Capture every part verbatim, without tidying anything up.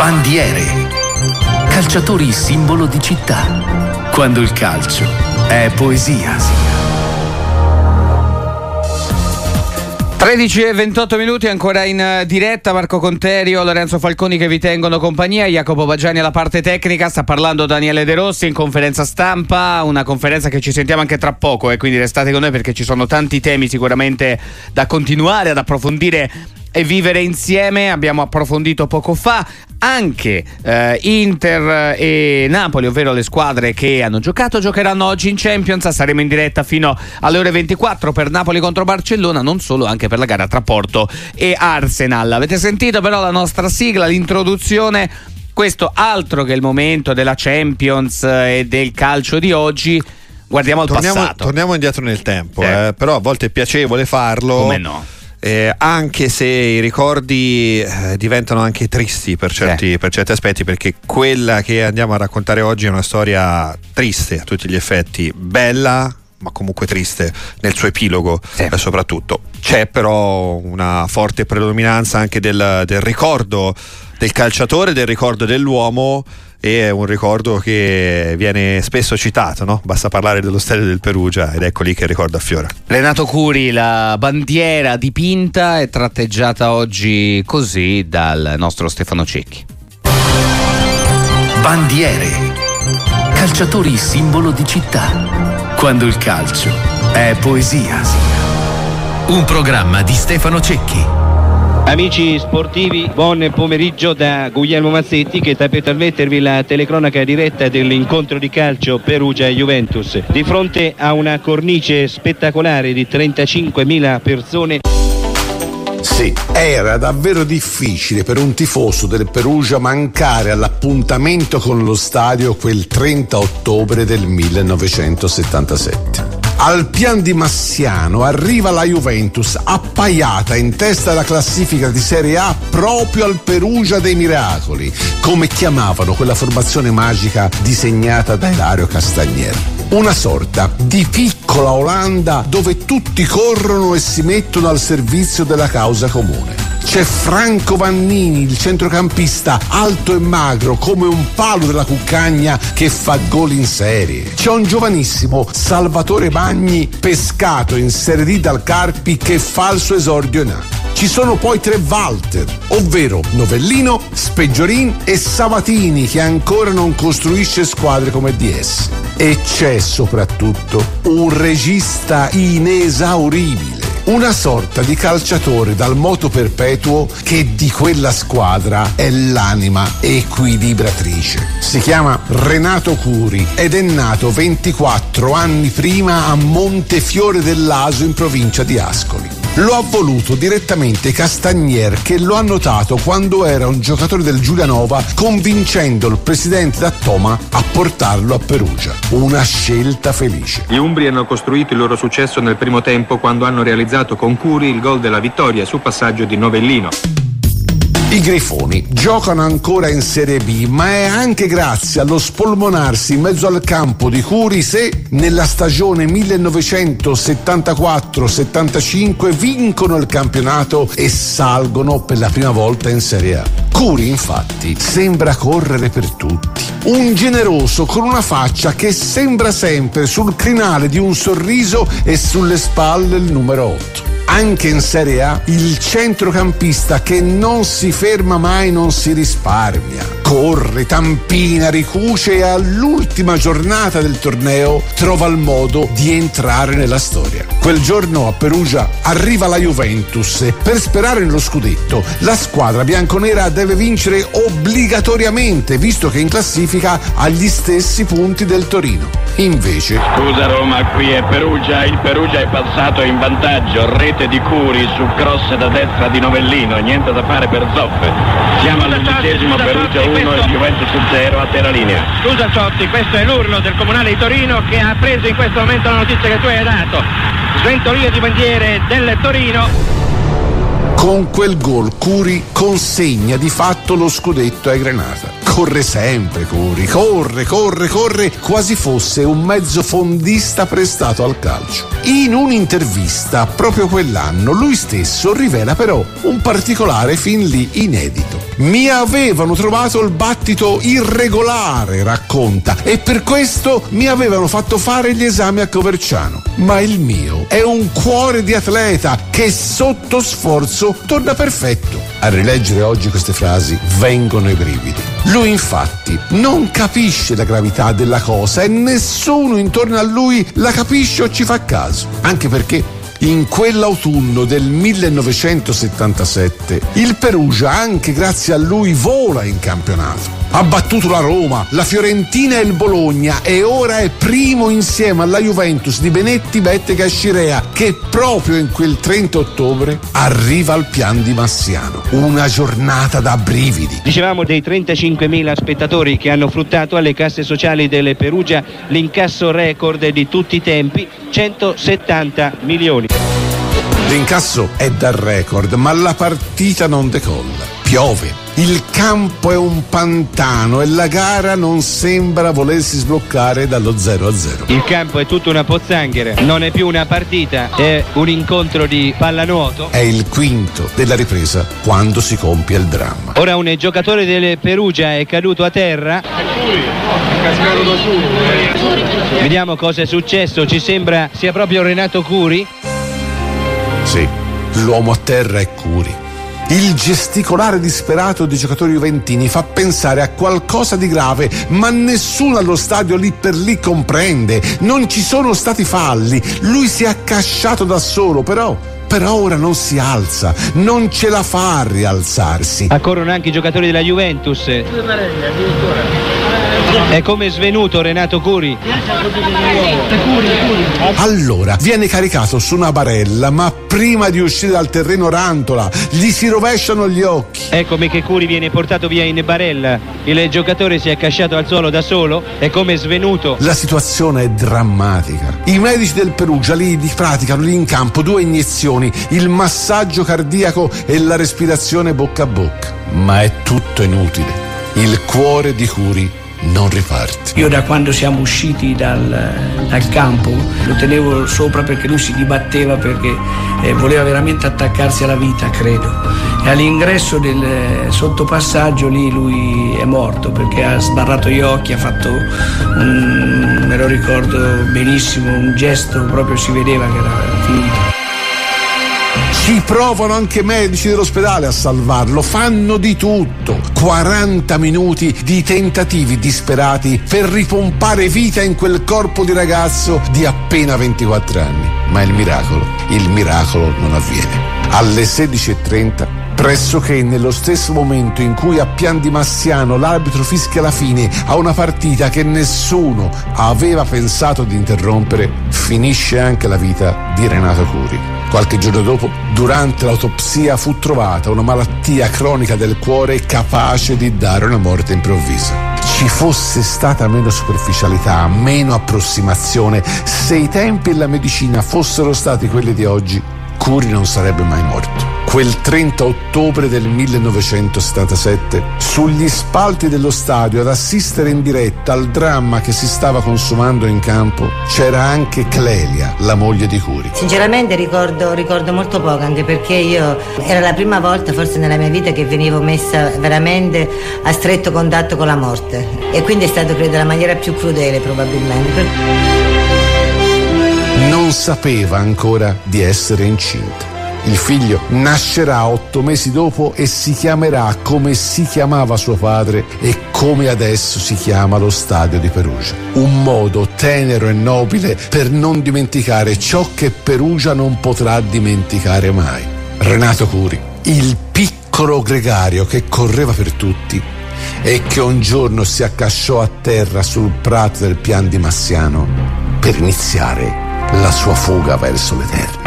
Bandiere. Calciatori simbolo di città. Quando il calcio è poesia. tredici e ventotto minuti ancora in diretta. Marco Conterio, Lorenzo Falconi che vi tengono compagnia, Jacopo Baggiani alla parte tecnica. Sta parlando Daniele De Rossi in conferenza stampa, una conferenza che ci sentiamo anche tra poco, e eh, quindi restate con noi perché ci sono tanti temi sicuramente da continuare ad approfondire e vivere insieme. Abbiamo approfondito poco fa anche eh, Inter e Napoli, ovvero le squadre che hanno giocato, giocheranno oggi in Champions. Saremo in diretta fino alle ore ventiquattro per Napoli contro Barcellona, non solo, anche per la gara tra Porto e Arsenal. Avete sentito però la nostra sigla, l'introduzione. Questo altro che il momento della Champions e del calcio di oggi. Guardiamo al torniamo, passato. Torniamo indietro nel tempo, sì. eh, però a volte è piacevole farlo. Come no? Eh, anche se i ricordi eh, diventano anche tristi per certi, eh. per certi aspetti, perché quella che andiamo a raccontare oggi è una storia triste a tutti gli effetti, bella ma comunque triste nel suo epilogo, sì. eh, soprattutto c'è però una forte predominanza anche del, del ricordo del calciatore, del ricordo dell'uomo, e è un ricordo che viene spesso citato, no? Basta parlare dello stadio del Perugia ed ecco lì che il ricordo affiora. Renato Curi, la bandiera dipinta e tratteggiata oggi così dal nostro Stefano Cecchi. Bandiere. Calciatori simbolo di città. Quando il calcio è poesia. Un programma di Stefano Cecchi. Amici sportivi, buon pomeriggio da Guglielmo Mazzetti che sta per trasmettervi la telecronaca diretta dell'incontro di calcio Perugia-Juventus. Di fronte a una cornice spettacolare di trentacinquemila persone. Sì, era davvero difficile per un tifoso del Perugia mancare all'appuntamento con lo stadio quel trenta ottobre del millenovecentosettantasette. Al Pian di Massiano arriva la Juventus appaiata in testa alla classifica di Serie A proprio al Perugia dei Miracoli, come chiamavano quella formazione magica disegnata da Ilario Castagnier. Una sorta di piccola Olanda dove tutti corrono e si mettono al servizio della causa comune. C'è Franco Vannini, il centrocampista alto e magro come un palo della cuccagna che fa gol in serie. C'è un giovanissimo Salvatore Bagni pescato in Serie D dal Carpi che fa il suo esordio in A. Ci sono poi tre Walter, ovvero Novellino, Speggiorin e Sabatini, che ancora non costruisce squadre come D S. E c'è soprattutto un regista inesauribile, una sorta di calciatore dal moto perpetuo che di quella squadra è l'anima equilibratrice. Si chiama Renato Curi ed è nato ventiquattro anni prima a Montefiore dell'Aso in provincia di Ascoli. Lo ha voluto direttamente Castagnier, che lo ha notato quando era un giocatore del Giulianova, convincendo il presidente D'Attoma a portarlo a Perugia. Una scelta felice. Gli umbri hanno costruito il loro successo nel primo tempo quando hanno realizzato con Curi il gol della vittoria su passaggio di Novellino. I Grifoni giocano ancora in Serie B, ma è anche grazie allo spolmonarsi in mezzo al campo di Curi se nella stagione millenovecentosettantaquattro settantacinque vincono il campionato e salgono per la prima volta in Serie A. Curi infatti sembra correre per tutti, un generoso con una faccia che sembra sempre sul crinale di un sorriso e sulle spalle il numero otto. Anche in Serie A il centrocampista che non si ferma mai, non si risparmia, corre, tampina, ricuce e all'ultima giornata del torneo trova il modo di entrare nella storia. Quel giorno a Perugia arriva la Juventus e per sperare nello scudetto la squadra bianconera deve vincere obbligatoriamente, visto che in classifica ha gli stessi punti del Torino. Invece, scusa Roma, qui è Perugia, il Perugia è passato in vantaggio, rete di Curi su cross da destra di Novellino, niente da fare per Zoffe. Siamo all'undicesimo, Perugia uno e Juventus zero, a terra linea. Scusa Ciotti, questo è l'urlo del Comunale di Torino che ha preso in questo momento la notizia che tu hai dato. Sventolio di bandiere del Torino. Con quel gol Curi consegna di fatto lo scudetto ai Granata. Corre sempre Curi, corre, corre, corre, quasi fosse un mezzo fondista prestato al calcio. In un'intervista proprio quell'anno lui stesso rivela però un particolare fin lì inedito. Mi avevano trovato il battito irregolare, racconta, e per questo mi avevano fatto fare gli esami a Coverciano. Ma il mio è un cuore di atleta che sotto sforzo torna perfetto. A rileggere oggi queste frasi vengono i brividi. Lui infatti non capisce la gravità della cosa e nessuno intorno a lui la capisce o ci fa caso, anche perché in quell'autunno del millenovecentosettantasette il Perugia, anche grazie a lui, vola in campionato. Ha battuto la Roma, la Fiorentina e il Bologna e ora è primo insieme alla Juventus di Benetti, Bettega e Scirea, che proprio in quel trenta ottobre arriva al Pian di Massiano. Una giornata da brividi. Dicevamo dei trentacinquemila spettatori che hanno fruttato alle casse sociali del Perugia l'incasso record di tutti i tempi, centosettanta milioni. L'incasso è da record, ma la partita non decolla. Piove, il campo è un pantano e la gara non sembra volersi sbloccare dallo zero a zero. Il campo è tutta una pozzanghera, non è più una partita, è un incontro di pallanuoto. È il quinto della ripresa quando si compie il dramma. Ora un giocatore del Perugia è caduto a terra. Vediamo cosa è successo, ci sembra sia proprio Renato Curi. Sì, l'uomo a terra è Curi. Il gesticolare disperato dei giocatori juventini fa pensare a qualcosa di grave, ma nessuno allo stadio lì per lì comprende. Non ci sono stati falli, lui si è accasciato da solo, però... però ora non si alza, non ce la fa a rialzarsi. Accorrono anche i giocatori della Juventus. È come svenuto Renato Curi. Allora viene caricato su una barella, ma prima di uscire dal terreno rantola, gli si rovesciano gli occhi. Eccomi che Curi viene portato via in barella. Il giocatore si è accasciato al suolo da solo, è come svenuto. La situazione è drammatica. I medici del Perugia lì praticano lì in campo due iniezioni, il massaggio cardiaco e la respirazione bocca a bocca. Ma è tutto inutile. Il cuore di Curi non riparte. Io da quando siamo usciti dal, dal campo lo tenevo sopra perché lui si dibatteva, perché eh, voleva veramente attaccarsi alla vita, credo. E all'ingresso del sottopassaggio lì lui è morto perché ha sbarrato gli occhi, ha fatto un, me lo ricordo benissimo, un gesto, proprio si vedeva che era finito. Ci provano anche medici dell'ospedale a salvarlo, fanno di tutto. quaranta minuti di tentativi disperati per ripompare vita in quel corpo di ragazzo di appena ventiquattro anni. Ma il miracolo, il miracolo non avviene. Alle sedici e trenta, pressoché nello stesso momento in cui a Pian di Massiano l'arbitro fischia la fine a una partita che nessuno aveva pensato di interrompere, finisce anche la vita di Renato Curi. Qualche giorno dopo, durante l'autopsia, fu trovata una malattia cronica del cuore capace di dare una morte improvvisa. Ci fosse stata meno superficialità, meno approssimazione, se i tempi e la medicina fossero stati quelli di oggi, Curi non sarebbe mai morto. Quel trenta ottobre del millenovecentosettantasette, sugli spalti dello stadio ad assistere in diretta al dramma che si stava consumando in campo, c'era anche Clelia, la moglie di Curi. Sinceramente ricordo, ricordo molto poco, anche perché io era la prima volta forse nella mia vita che venivo messa veramente a stretto contatto con la morte, e quindi è stato, credo, la maniera più crudele probabilmente. Non sapeva ancora di essere incinta. Il figlio nascerà otto mesi dopo e si chiamerà come si chiamava suo padre e come adesso si chiama lo stadio di Perugia. Un modo tenero e nobile per non dimenticare ciò che Perugia non potrà dimenticare mai. Renato Curi, il piccolo gregario che correva per tutti e che un giorno si accasciò a terra sul prato del Pian di Massiano per iniziare la sua fuga verso l'Eterno.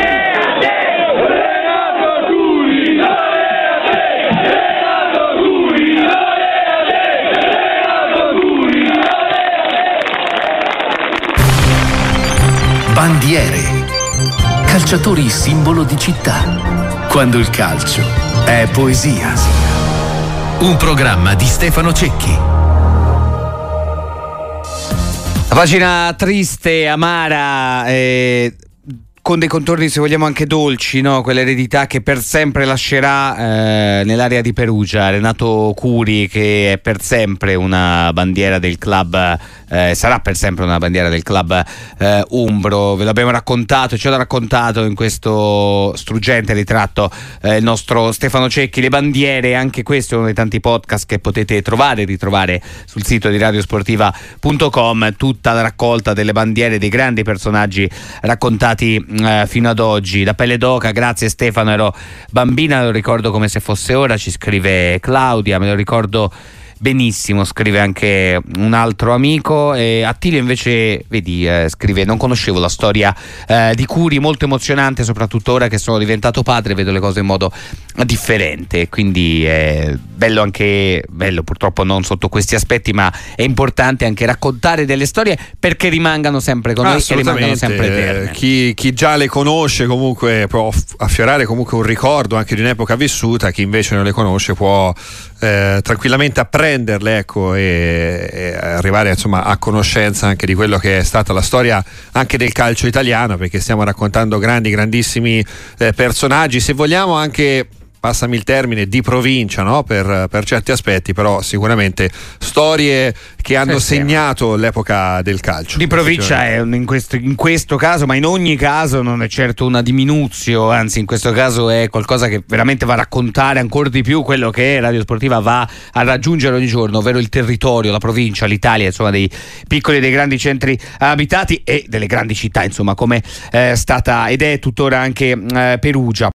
Bandiere, calciatori simbolo di città. Quando il calcio è poesia. Un programma di Stefano Cecchi. La pagina triste, amara, eh, con dei contorni, se vogliamo, anche dolci, no? Quell'eredità che per sempre lascerà eh, nell'area di Perugia Renato Curi, che è per sempre una bandiera del club, eh, sarà per sempre una bandiera del club eh, umbro. Ve l'abbiamo raccontato, ce l'ha raccontato in questo struggente ritratto eh, il nostro Stefano Cecchi. Le bandiere, anche questo è uno dei tanti podcast che potete trovare e ritrovare sul sito di radiosportiva punto com, tutta la raccolta delle bandiere dei grandi personaggi raccontati Eh, fino ad oggi. La pelle d'oca, grazie Stefano, ero bambina, lo ricordo come se fosse ora, ci scrive Claudia, me lo ricordo benissimo, scrive anche un altro amico. E Attilio invece, vedi, eh, scrive: non conoscevo la storia eh, di Curi, molto emozionante, soprattutto ora che sono diventato padre, vedo le cose in modo differente, quindi è bello anche, bello purtroppo non sotto questi aspetti, ma è importante anche raccontare delle storie perché rimangano sempre con noi e rimangano sempre eterne. Chi, chi già le conosce comunque può affiorare comunque un ricordo anche di un'epoca vissuta, chi invece non le conosce può eh, tranquillamente apprenderle, ecco, e, e arrivare insomma a conoscenza anche di quello che è stata la storia anche del calcio italiano, perché stiamo raccontando grandi, grandissimi eh, personaggi, se vogliamo anche, passami il termine, di provincia, no? per, per certi aspetti, però sicuramente storie che hanno sì, segnato sì. l'epoca del calcio. Di provincia è un, in, questo, in questo caso, ma in ogni caso non è certo una diminuzione, anzi in questo caso è qualcosa che veramente va a raccontare ancora di più quello che Radio Sportiva va a raggiungere ogni giorno, ovvero il territorio, la provincia, l'Italia, insomma, dei piccoli e dei grandi centri abitati e delle grandi città, insomma, come è eh, stata ed è tuttora anche eh, Perugia.